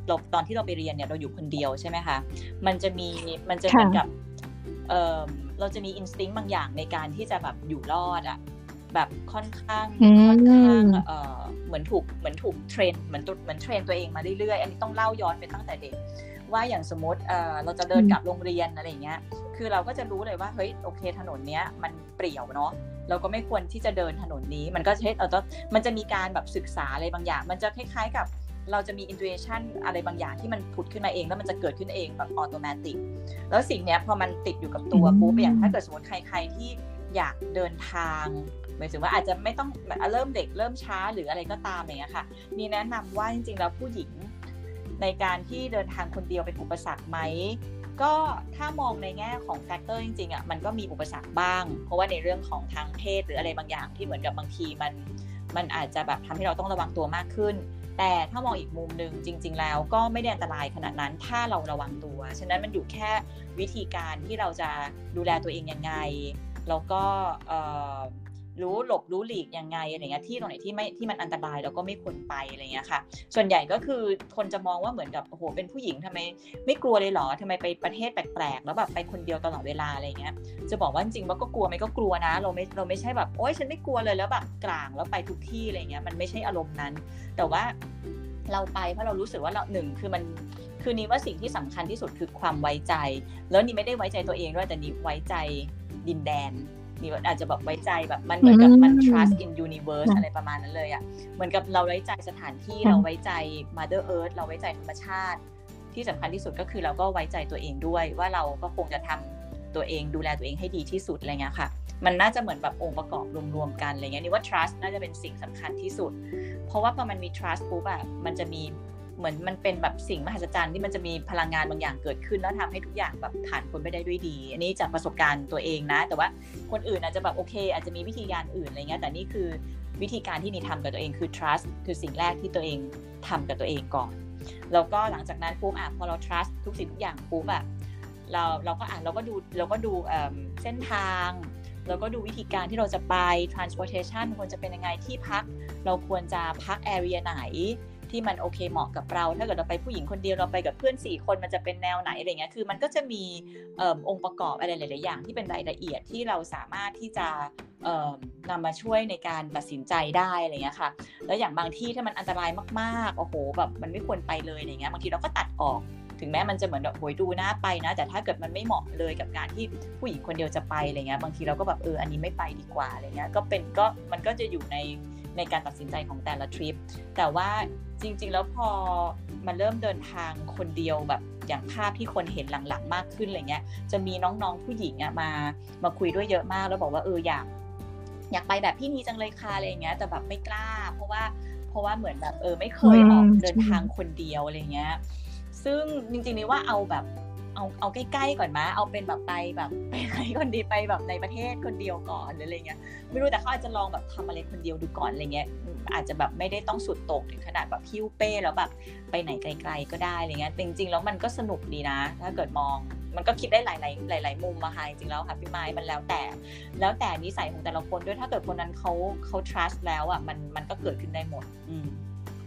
เราตอนที่เราไปเรียนเนี่ยเราอยู่คนเดียวใช่ไหมคะมันจะมีมันจะเหมือนกับเออเราจะมีอินสติ้งบางอย่างในการที่จะแบบอยู่รอดอะแบบค่อนข้างค่อนข้างเออเหมือนถูกเหมือนถูกเทรนเหมือนเหมือนเทรนตัวเองมาเรื่อยๆอันนี้ต้องเล่าย้อนไปตั้งแต่เด็กว่าอย่างสมมติเออเราจะเดินกลับโรงเรียนอะไรเงี้ยคือเราก็จะรู้เลยว่าเฮ้ยโอเคถนนเนี้ยมันเปรี่ยวเนาะเราก็ไม่ควรที่จะเดินถนนนี้มันก็ใช้เออมันจะมีการแบบศึกษาอะไรบางอย่างมันจะคล้ายๆกับเราจะมี intuition อะไรบางอย่างที่มันผุดขึ้นมาเองแล้วมันจะเกิดขึ้นเองแบบออโตเมติกแล้วสิ่งเนี้ยพอมันติดอยู่กับตัวปุ๊บอย่างถ้าเกิดสมมติใครๆที่อยากเดินทางหมายถึงว่าอาจจะไม่ต้องเริ่มเด็กเริ่มช้าหรืออะไรก็ตามอย่างเงี้ยค่ะมีแนะนำว่าจริงๆแล้วผู้หญิงในการที่เดินทางคนเดียวเป็นอุปสรรคไหมก็ถ้ามองในแง่ของแฟกเตอร์จริงๆอ่ะมันก็มีอุปสรรคบ้างเพราะว่าในเรื่องของทางเพศหรืออะไรบางอย่างที่เหมือนกับบางทีมันมันอาจจะแบบทำให้เราต้องระวังตัวมากขึ้นแต่ถ้ามองอีกมุมนึงจริงๆแล้วก็ไม่ได้อันตรายขนาดนั้นถ้าเราระวังตัวฉะนั้นมันอยู่แค่วิธีการที่เราจะดูแลตัวเองยังไงแล้วก็รู้หลบรู้หลีกยังไงอะไรเงี้ยที่ตรงไหนที่ไม่ที่มันอันตรายเราก็ไม่ควรไปอะไรเงี้ยค่ะส่วนใหญ่ก็คือคนจะมองว่าเหมือนกับโอ้โหเป็นผู้หญิงทำไมไม่กลัวเลยเหรอทำไมไปประเทศแปลกๆแล้วแบบไปคนเดียวตลอดเวลาอะไรเงี้ยจะบอกว่าจริงๆว่าก็กลัวไหมก็กลัวนะเราไม่เราไม่ใช่แบบโอ๊ยฉันไม่กลัวเลยแล้วแบบกลางแล้วไปทุกที่อะไรเงี้ยมันไม่ใช่อารมณ์นั้นแต่ว่าเราไปเพราะเรารู้สึกว่าเราหนึ่งคือมันคือนี่ว่าสิ่งที่สำคัญที่สุดคือความไว้ใจแล้วนี่ไม่ได้ไว้ใจตัวเองด้วยแต่นี่ไว้ใจดินแดนนี่อาจจะแบบไว้ใจแบบมันเหมือนกับมัน trust in universe อะไรประมาณนั้นเลยอ่ะเหมือนกับเราไว้ใจสถานที่เราไว้ใจ mother earth เราไว้ใจธรรมชาติที่สำคัญที่สุดก็คือเราก็ไว้ใจตัวเองด้วยว่าเราก็คงจะทำตัวเองดูแลตัวเองให้ดีที่สุดอะไรเงี้ยค่ะมันน่าจะเหมือนแบบองค์ประกอบรวมๆกันอะไรเงี้ยนี่ว่า trust น่าจะเป็นสิ่งสำคัญที่สุดเพราะว่าพอมันมี trust ปุ๊บอะมันจะมีเหมือนมันเป็นแบบสิ่งมหัศจรรย์ที่มันจะมีพลังงานบางอย่างเกิดขึ้นแล้วทำให้ทุกอย่างแบบผ่านพ้นไปได้ด้วยดีอันนี้จากประสบการณ์ตัวเองนะแต่ว่าคนอื่นอาจจะแบบโอเคอาจจะมีวิธีการอื่นอะไรเงี้ยแต่นี่คือวิธีการที่นี่ทำกับตัวเองคือ trust คือสิ่งแรกที่ตัวเองทำกับตัวเองก่อนแล้วก็หลังจากนั้นปุ๊บอ่ะพอเรา trust ทุกสิ่งทุกอย่างปุ๊บอ่ะเราเราก็อ่านเราก็ดูเราก็ดูเส้นทางเราก็ดูวิธีการที่เราจะไป transportation ควรจะเป็นยังไงที่พักเราควรจะพัก area ไหนที่มันโอเคเหมาะกับเราถ้าเกิดเราไปผู้หญิงคนเดียวเราไปกับเพื่อนสี่คนมันจะเป็นแนวไหนอะไรเงี้ยคือมันก็จะมีเอ่อองค์ประกอบอะไรหลายๆอย่างที่เป็นรายละเอียดที่เราสามารถที่จะเอ่อนำมาช่วยในการตัดสินใจได้อะไรเงี้ยค่ะแล้วอย่างบางที่ถ้ามันอันตรายมากๆโอ้โหแบบมันไม่ควรไปเลยอะไรเงี้ยบางทีเราก็ตัดออกถึงแม้มันจะเหมือนแบบโหยดูน่าไปนะแต่ถ้าเกิดมันไม่เหมาะเลยกับการที่ผู้หญิงคนเดียวจะไปอะไรเงี้ยบางทีเราก็แบบเอออันนี้ไม่ไปดีกว่าอะไรเงี้ยก็เป็นก็มันก็จะอยู่ในในการตัดสินใจของแต่ละทริปแต่ว่าจริงๆแล้วพอมันเริ่มเดินทางคนเดียวแบบอย่างภาพที่คนเห็นหลังๆมากขึ้นอะไรเงี้ยจะมีน้องๆผู้หญิงอ่ะมามาคุยด้วยเยอะมากแล้วบอกว่าเอออยากอยากไปแบบพี่นี้จังเลยค่ะอะไรเงี้ยแต่แบบไม่กล้าเพราะว่าเพราะว่าเหมือนแบบเออไม่เคยออกเดินทางคนเดียวอะไรเงี้ยซึ่งจริงๆนี่ว่าเอาแบบเอาเอาใกล้ๆก่อนมั้ยเอาเป็นแบบไปแบบไปไหนคนดีไปแบบในประเทศคนเดียวก่อนหรืออะไรเงี้ยไม่รู้แต่เขาอาจจะลองแบบทำอะไรคนเดียวดูก่อนอะไรเงี้ยอาจจะแบบไม่ได้ต้องสุดโต่งถึงขนาดแบบหิ้วเป้แล้วแบบไปไหนไกลๆก็ได้อะไรเงี้ยจริงๆแล้วมันก็สนุกดีนะถ้าเกิดมองมันก็คิดได้หลายๆหลายๆมุมอะค่ะจริงๆแล้วค่ะพี่ไม้มันแล้วแต่แล้วแต่นิสัยของแต่ละคนด้วยถ้าเกิดคนนั้นเขาเขา trust แล้วอะมันมันก็เกิดขึ้นได้หมดอืม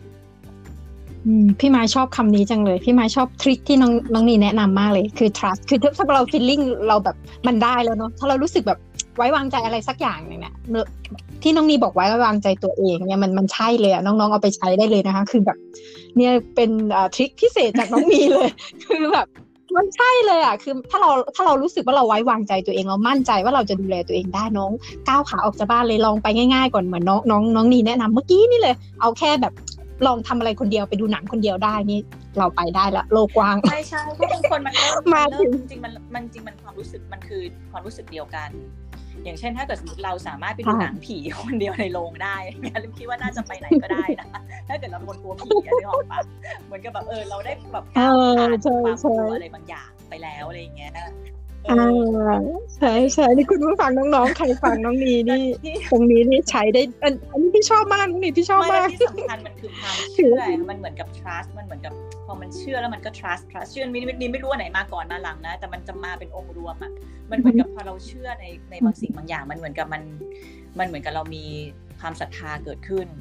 พี่ไม้ชอบคำนี้จังเลยพี่ไม้ชอบทริคที่น้องน้องนีแนะนำมากเลยคือ trust คือถ้าเรา feeling เราแบบมันได้แล้วเนาะถ้าเรารู้สึกแบบไว้วางใจอะไรสักอย่างนึงเนี่ยที่น้องนีบอกไว้วางใจตัวเองเนี่ยมันมันใช่เลยอะน้องๆเอาไปใช้ได้เลยนะคะคือแบบเนี่ยเป็นทริคพิเศษจากน้องนีเลยคือแบบมันใช่เลยอ่ะคือถ้าเราถ้าเรารู้สึกว่าเราไว้วางใจตัวเองเรามั่นใจว่าเราจะดูแลตัวเองได้น้องก้าวขาออกจากบ้านเลยลองไปง่ายๆก่อนเหมือนน้องน้องน้องนีแนะนำเมื่อกี้นี่เลยเอาแค่แบบลองทำอะไรคนเดียวไปดูหนังคนเดียวได้นี่เราไปได้ละโลกกว้างใช่ใช่เพราะบางคนมันเริ่มมาจริงๆมันมันจริงมันความรู้สึกมันคือความรู้สึกเดียวกันอย่างเช่นถ้าเกิดสมมติเราสามารถไปดูหนังผีคนเดียวในโรงได้เนี่ยลิมคิดว่าน่าจะไปไหนก็ได้นะถ้าเกิดเราคนกลัวผีอะไรออกปะเหมือนกับแบบเออเราได้แบบก้าวผ่านความกลัวอะไรบางอย่างไปแล้วอะไรอย่างเงี้ยอ่าใช่ใช่นี่คุณผู้ฟังน้องๆใครฟังน้องนีนี่ตรงนี้นี่ใช้ได้อันนี้พี่ชอบมากนี่พี่ชอบมากที่สำคัญมันคือความเชื่อมันเหมือนกับ trust มันเหมือนกับพอมันเชื่อแล้วมันก็ trust trust เชื่อนี่ไม่ไม่รู้ว่าไหนมาก่อนมาหลังนะแต่มันจะมาเป็นองค์รวมอ่ะมันเหมือนกับพอเราเชื่อในในบางสิ่งบางอย่างมันเหมือนกับมันมันเหมือนกับเรามีความศรัทธาเกิดขึ้น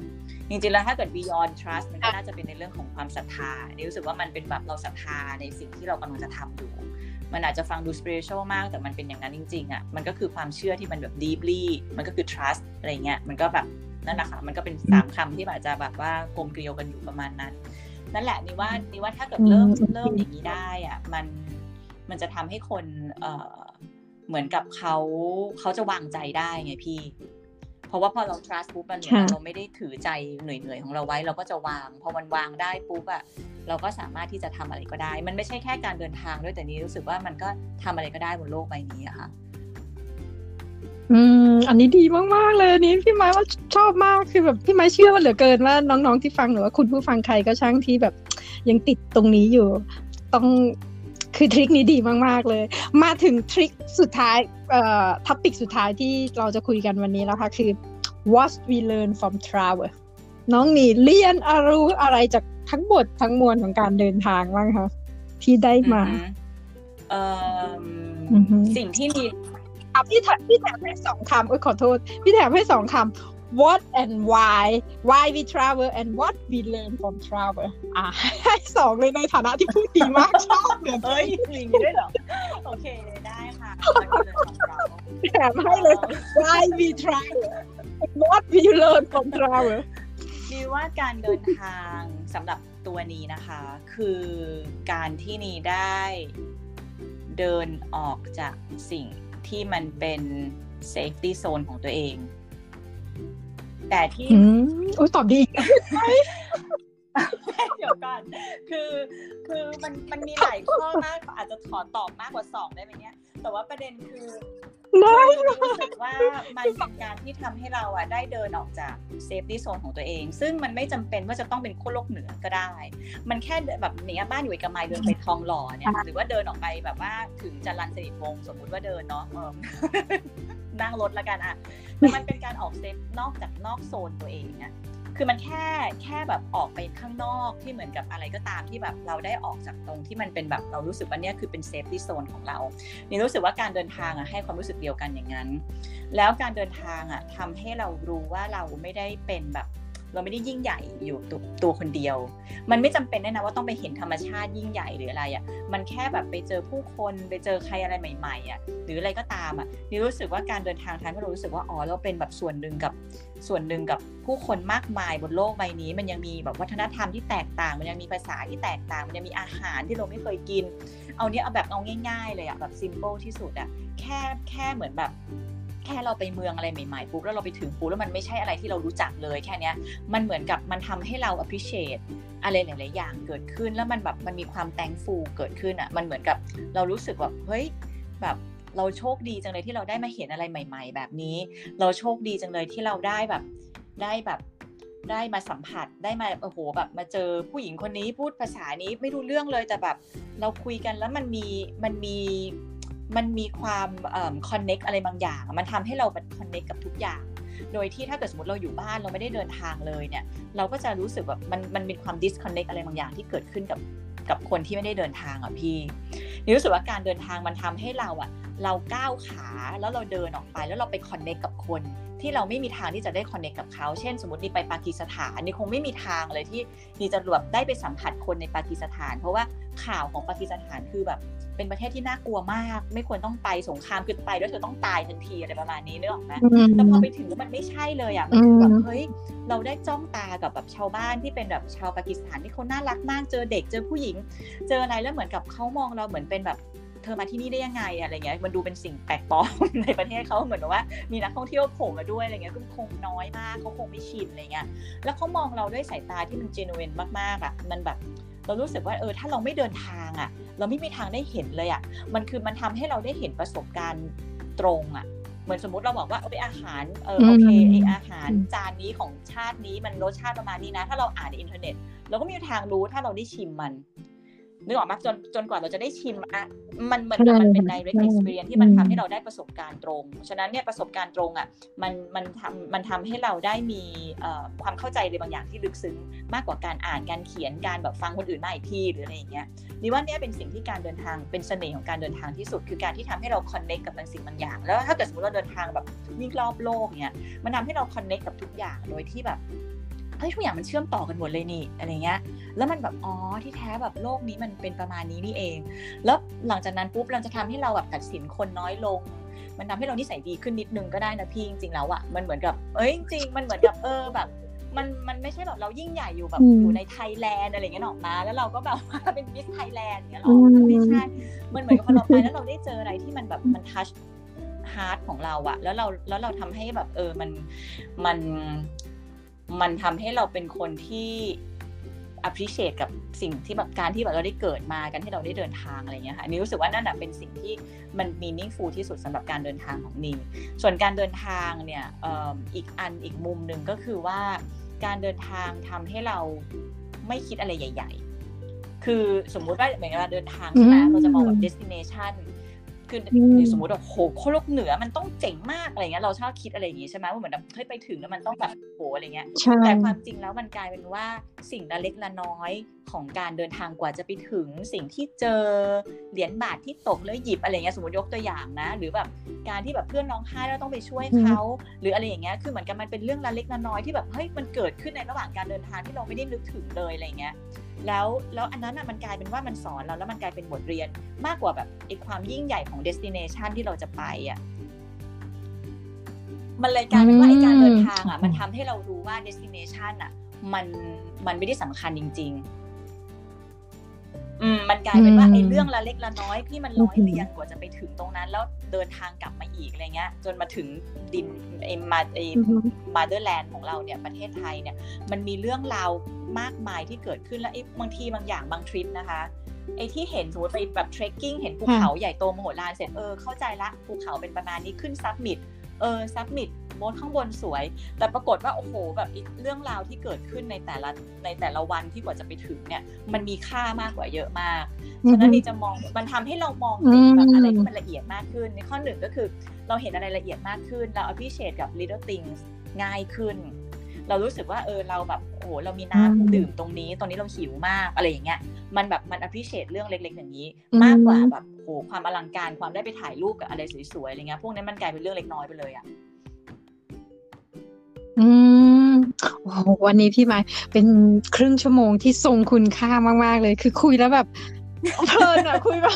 จริงๆแล้วถ้าเกิด beyond trust มันก็น่าจะเป็นในเรื่องของความศรัทธานี่รู้สึกว่ามันเป็นแบบเราศรัทธาในสิ่งที่เรากำลังจะทำอยู่มันอาจจะฟังดู spiritual มากแต่มันเป็นอย่างนั้นจริงๆอ่ะมันก็คือความเชื่อที่มันแบบ deeply มันก็คือ trust อะไรเงี้ยมันก็แบบนั่นแหละค่ะมันก็เป็นสามคำที่อาจจะแบบว่ากลมเกลียวกันอยู่ประมาณนั้นนั่นแหละนี่ว่านี่ว่าถ้าเกิดเริ่มเริ่มอย่างนี้ได้อ่ะมันมันจะทำให้คนเอ่อเหมือนกับเขาเขาจะวางใจได้ไงพี่เพราะว่าพอเรา trust ปุ๊บมันเราไม่ได้ถือใจเหนื่อยๆของเราไว้เราก็จะวางพอมันวางได้ปุ๊บอ่ะเราก็สามารถที่จะทำอะไรก็ได้มันไม่ใช่แค่การเดินทางด้วยแต่นี้รู้สึกว่ามันก็ทำอะไรก็ได้บนโลกใบนี้อะค่ะอืมอันนี้ดีมากๆเลยนี้พี่ไม้ว่าชอบมากคือแบบพี่ไม้เชื่อว่าเหลือเกินว่าน้องๆที่ฟังหรือว่าคุณผู้ฟังใครก็ช่างที่แบบยังติดตรงนี้อยู่ต้องคือทริคนี้ดีมากๆเลยมาถึงทริคสุดท้ายเอ่อท็อปิกสุดท้ายที่เราจะคุยกันวันนี้แล้วค่ะคือ what we learn from travel น้องนี่เรียนรู้อะไรจากทั้งหมดทั้งมวลของการเดินทางบ้างคะที่ได้มาเอ่อสิ่งที่มีพี่แถมพี่แถมให้สองคำเอ้ยขอโทษพี่แถมให้สองคำ what and why why we travel and what we learn from travel อ่ะให้สองเลยในฐานะที่พูดดีมากชอบเดี๋ยวเอ้ยมีอย่างนี้ด้วยเหรอโอเคได้ค่ะแถมให้เลย why we travel and what we learn from travel ดีว่าการเดินทางสำหรับตัวนี้นะคะคือการที่นี่ได้เดินออกจากสิ่งที่มันเป็น safety zone ของตัวเองแต่ที่โอ้ยตอบดีเดี๋ยวก่อนคือคือมันมันมีหลายข้อมากอาจจะขอตอบมากกว่าสองได้ไหมเนี่ยแต่ว่าประเด็นคือรู้สึกว่ามันเป็นการที่ทำให้เราอ่ะได้เดินออกจาก safety zone ของตัวเองซึ่งมันไม่จำเป็นว่าจะต้องเป็นขั้วโลกเหนือก็ได้มันแค่แบบเนี้ยบ้านอยู่เอกมัยเดินไปทองหล่อเนี่ยหรือว่าเดินออกไปแบบว่าถึงจรัญสนิทวงศ์สมมุติว่าเดินเนาะนั่งรถละกันอ่ะแต่มันเป็นการออกเซฟนอกจากนอกโซนตัวเองนะคือมันแค่แค่แบบออกไปข้างนอกที่เหมือนกับอะไรก็ตามที่แบบเราได้ออกจากตรงที่มันเป็นแบบเรารู้สึกว่าเนี่ยคือเป็นเซฟตี้โซนของเรานี่รู้สึกว่าการเดินทางอ่ะให้ความรู้สึกเดียวกันอย่างนั้นแล้วการเดินทางอ่ะทำให้เรารู้ว่าเราไม่ได้เป็นแบบเราไม่ได้ยิ่งใหญ่อยู่ตัวตัวคนเดียวมันไม่จำเป็นแน่นะว่าต้องไปเห็นธรรมชาติยิ่งใหญ่หรืออะไรอ่ะมันแค่แบบไปเจอผู้คนไปเจอใครอะไรใหม่ๆอ่ะหรืออะไรก็ตามอ่ะนี่รู้สึกว่าการเดินทางทำให้เรารู้สึกว่าอ๋อเราเป็นแบบส่วนหนึ่งกับส่วนหนึ่งกับผู้คนมากมายบนโลกใบนี้มันยังมีแบบวัฒนธรรมที่แตกต่างมันยังมีภาษาที่แตกต่างมันยังมีอาหารที่เราไม่เคยกินเอาเนี้ยเอาแบบเอาง่ายๆเลยอ่ะแบบ simple ที่สุดอ่ะแค่แค่เหมือนแบบแค่เราไปเมืองอะไรใหม่ๆปุ๊บแล้วเราไปถึงปุ๊บแล้วมันไม่ใช่อะไรที่เรารู้จักเลยแค่เนี้ยมันเหมือนกับมันทำให้เรา appreciate อะไรหลายๆอย่างเกิดขึ้นแล้วมันแบบมันมีความ thankful เกิดขึ้นอ่ะมันเหมือนกับเรารู้สึกแบบเฮ้ยแบบเราโชคดีจังเลยที่เราได้มาเห็นอะไรใหม่ๆแบบนี้เราโชคดีจังเลยที่เราได้แบบได้แบบได้มาสัมผัสได้มาโอ้โหแบบมาเจอผู้หญิงคนนี้พูดภาษานี้ไม่รู้เรื่องเลยแต่แบบเราคุยกันแล้วมันมีมันมีมันมีความเอ่อ connect อะไรบางอย่างมันทำให้เราแบบ connect กับทุกอย่างโดยที่ถ้าเกิดสมมติเราอยู่บ้านเราไม่ได้เดินทางเลยเนี่ยเราก็จะรู้สึกแบบมันมันมีความ disconnect อะไรบางอย่างที่เกิดขึ้นกับกับคนที่ไม่ได้เดินทางอ่ะพี่นี่รู้สึกว่าการเดินทางมันทำให้เราอ่ะเราก้าวขาแล้วเราเดินออกไปแล้วเราไป connect กับคนที่เราไม่มีทางที่จะได้ connect กับเขาเช่นสมมตินี่ไปปากีสถานนี่คงไม่มีทางเลยที่นี่จะแบบได้ไปสัมผัสคนในปากีสถานเพราะว่าข่าวของปากีสถานคือแบบเป็นประเทศที่น่ากลัวมากไม่ควรต้องไปสงครามคือไปแล้วเธอต้องตายทันทีอะไรประมาณนี้นึกออกไหมแต่พอไปถึงแล้วมันไม่ใช่เลยอ่ะมันคือแบบเฮ้ยเราได้จ้องตากับแบบชาวบ้านที่เป็นแบบชาวปากีสถานที่เขาน่ารักมากเจอเด็กเจอผู้หญิงเจออะไรแล้วเหมือนกับเขามองเราเหมือนเป็นแบบเธอมาที่นี่ได้ยังไงอะไรเงี้ยมันดูเป็นสิ่งแปลกปลอมในประเทศเขาเหมือนว่ามีนักท่องเที่ยวโผล่มาด้วยอะไรเงี้ยก็คงน้อยมากเขาคงไม่ชินอะไรเงี้ยแล้วเขามองเราด้วยสายตาที่มัน genuine มากๆอ่ะมันแบบเรารู้สึกว่าเออถ้าเราไม่เดินทางอ่ะเราไม่มีทางได้เห็นเลยอ่ะมันคือมันทำให้เราได้เห็นประสบการณ์ตรงอ่ะเหมือนสมมุติเราบอกว่าเอาไปอาหารเออโอเคไออาหารจานนี้ของชาตินี้มันรสชาติประมาณนี้นะถ้าเราอ่านในอินเทอร์เน็ตเราก็ไม่มีทางรู้ถ้าเราได้ชิมมันนึกออกมั้ยจนจนกว่าเราจะได้ชิมอ่ะมันเหมือนกับมันเป็น direct experience ที่มันทำให้เราได้ประสบการณ์ตรงฉะนั้นเนี่ยประสบการณ์ตรงอ่ะมันมันทำมันทำให้เราได้มีเอ่อความเข้าใจในบางอย่างที่ลึกซึ้งมากกว่าการอ่านการเขียนการแบบฟังคนอื่นมาอีกทีหรืออะไรอย่างเงี้ยนี่ว่าเนี่ยเป็นสิ่งที่การเดินทางเป็นเสน่ห์ของการเดินทางที่สุดคือการที่ทำให้เรา connect กับบางสิ่งบางอย่างแล้วถ้าเกิดสมมติเราเดินทางแบบวิ่งรอบโลกเงี้ยมันทำให้เรา connect กับทุกอย่างโดยที่แบบเฮ้ยทุกอย่างมันเชื่อมต่อกันหมดเลยนี่อะไรเงี้ยแล้วมันแบบอ๋อที่แท้แบบโลกนี้มันเป็นประมาณนี้นี่เองแล้วหลังจากนั้นปุ๊บเราจะทำให้เราแบบตัดสินคนน้อยลงมันทำให้เรานิสัยดีขึ้นนิดนึงก็ได้นะพี่จริงๆแล้วอ่ะมันเหมือนกับเอ้ยจริงๆมันเหมือนกับเออแบบมันมันไม่ใช่แบบเรายิ่งใหญ่อยู่แบบอยู่ในไทยแลนด์อะไรเงี้ยออกมาแล้วเราก็แบบเป็นมิสไทยแลนด์อย่างเงี้ยหรอไม่ใช่มันเหมือนกับพอเราไปแล้วเราได้เจออะไรที่มันแบบมันทัชฮาร์ทของเราอะแล้วเราแล้วเราทำให้แบบเออมันมันมันทำให้เราเป็นคนที่ appreciate กับสิ่งที่แบบการที่แบบเราได้เกิดมากันที่เราได้เดินทางอะไรเงี้ยค่ะนี่รู้สึกว่านั่นแหะเป็นสิ่งที่มัน meaningful ที่สุดสำหรับการเดินทางของนี่ส่วนการเดินทางเนี่ยเอ่ออีกอันอีกมุมนึงก็คือว่าการเดินทางทำให้เราไม่คิดอะไรใหญ่ๆคือสมมุติว่าเหมือนเราเดินทางใช่ไหมเราจะมองแบบ destinationคือสมมติว่าโหโลกเหนือมันต้องเจ๋งมากอะไรเงี้ยเราชอบคิดอะไรอย่างงี้ใช่ไหมว่าเหมือนแบบเฮ้ยไปถึงแล้วมันต้องแบบโหอะไรเงี้ยแต่ความจริงแล้วมันกลายเป็นว่าสิ่งละเล็กละน้อยของการเดินทางกว่าจะไปถึงสิ่งที่เจอเหรียญบาทที่ตกแล้วหยิบอะไรเงี้ยสมมติยกตัวอย่างนะหรือแบบการที่แบบเพื่อนร้องไห้แล้วต้องไปช่วยเขาหรืออะไรอย่างเงี้ยคือเหมือนกันมันเป็นเรื่องละเล็กละน้อยที่แบบเฮ้ยมันเกิดขึ้นในระหว่างการเดินทางที่เราไม่ได้นึกถึงเลยอะไรเงี้ยแล้วแล้วอันนั้นอ่ะมันกลายเป็นว่ามันสอนเราแล้วมันกลายเป็นบทเรียนมากกว่าแบบไอ้ความยิ่งใหญ่ของ destination ที่เราจะไปอ่ะมันเลยกลายเป็นว่าไอ้การเดินทางอ่ะมันทำให้เรารู้ว่า destination อ่ะมันมันไม่ได้สำคัญจริงๆอืมมันกลายเป็นว่าไอ้เรื่องละเล็กละน้อยที่มันร้อยเรียงกว่าจะไปถึงตรงนั้นแล้วเดินทางกลับมาอีกอะไรเงี้ยจนมาถึงดินไอ้มาไอ้มาเดอร์แลนด์ของเราเนี่ยประเทศไทยเนี่ยมันมีเรื่องราวมากมายที่เกิดขึ้นแล้วไอ้บางทีบางอย่างบางทริปนะคะไอ้ที่เห็นสมมติไปแบบเทรคกิ้งเห็นภูเขาใหญ่โตมโหฬารเสร็จเออเข้าใจละภูเขาเป็นประมาณนี้ขึ้นซับมิตเออซับมิตบนข้างบนสวยแต่ปรากฏว่าโอ้โหแบบเรื่องราวที่เกิดขึ้นในแต่ละในแต่ละวันที่กว่าจะไปถึงเนี่ยมันมีค่ามากกว่าเยอะมากฉะนั้นนี่จะมองมันทำให้เรามองเห็นแบบอะไรที่มันละเอียดมากขึ้นในข้อหนึ่งก็คือเราเห็นอะไรละเอียดมากขึ้นเรา appreciate กับ little things ง่ายขึ้นเรารู้สึกว่าเออเราแบบโอ้โหเรามีน้ำดื่มตรงนี้ตรงนี้เราหิวมากอะไรอย่างเงี้ยมันแบบมัน appreciate เรื่องเล็กๆอย่างนี้มากกว่าแบบโหความอลังการความได้ไปถ่ายรูปกับอะไรสวยๆอะไรเงี้ยพวกนั้นมันกลายเป็นเรื่องเล็กน้อยไปเลยอ่ะอืมโอ้โหวันนี้พี่ไม้เป็นครึ่งชั่วโมงที่ทรงคุณค่ามากๆเลยคือคุยแล้วแบบเพลินอ่ะคุยแบบ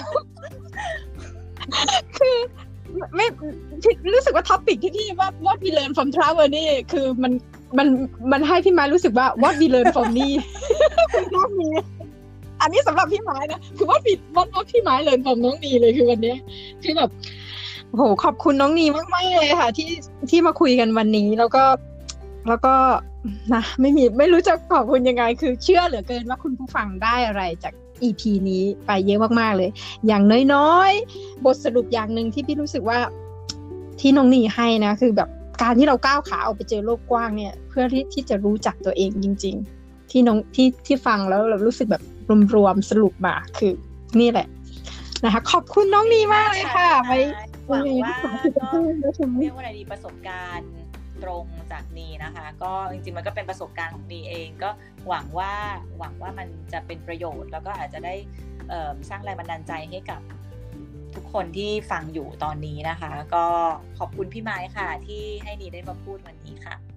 คือไม่รู้สึกว่าท็อปิกที่พี่ว่า what we learn from travel นี่คือมันมันมันให้พี่ไม้รู้สึกว่า what we learn from นี่คือน้องนีอันนี้สำหรับพี่ไม้นะคือว่าพี่ว่าว่าพี่ไม้ learn from น้องนีเลยคือวันนี้คือแบบโอ้โหขอบคุณน้องนีมากๆเลยค่ะที่ที่มาคุยกันวันนี้แล้วก็แล้วก็นะไม่มีไม่รู้จะขอบคุณยังไงคือเชื่อเหลือเกินว่าคุณผู้ฟังได้อะไรจาก อี พี นี้ไปเยอะมากๆเลยอย่างน้อยๆบทสรุปอย่างนึงที่พี่รู้สึกว่าที่น้องนีให้นะคือแบบการที่เราก้าวขาออกไปเจอโลกกว้างเนี่ยเพื่อที่ที่จะรู้จักตัวเองจริงๆที่น้องที่ที่ฟังแล้วเรารู้สึกแบบรวมๆสรุปมาคือนี่แหละนะคะขอบคุณน้องนีมากเลยค่ะไปหวังว่าก็เรียกว่าอะไรดีประสบการณ์ตรงจากนีนะคะก็จริงๆมันก็เป็นประสบการณ์ของนีเองก็หวังว่าหวังว่ามันจะเป็นประโยชน์แล้วก็อาจจะได้สร้างแรงบันดาลใจให้กับทุกคนที่ฟังอยู่ตอนนี้นะคะก็ขอบคุณพี่ไม้ค่ะที่ให้นีได้มาพูดวันนี้ค่ะ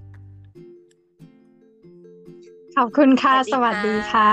ขอบคุณค่ะสวัสดีค่ะ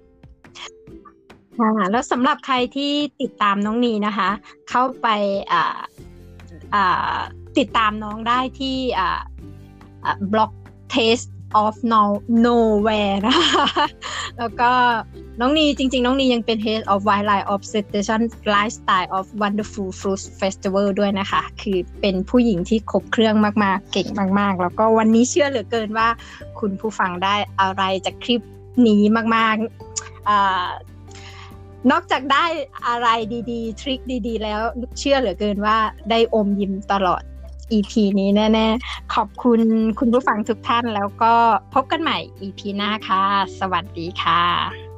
แล้วสำหรับใครที่ติดตามน้องนีนะคะเข้าไปอ่าอ่าติดตามน้องได้ที่อ่าอ่า blog taste of nowhere นะคะแล้วก็น้องนีจริงๆน้องนียังเป็น head of wildlife obstetrician lifestyle of wonderful fruit festival ด้วยนะคะคือเป็นผู้หญิงที่ครบเครื่องมากๆเก่งมากๆแล้วก็วันนี้เชื่อเหลือเกินว่าคุณผู้ฟังได้อะไรจากคลิปนี้มากๆอ่านอกจากได้อะไรดีๆทริคดีๆแล้วเชื่อเหลือเกินว่าได้อมยิ้มตลอด อี พี นี้แน่ๆขอบคุณคุณผู้ฟังทุกท่านแล้วก็พบกันใหม่ อี พี หน้าค่ะสวัสดีค่ะ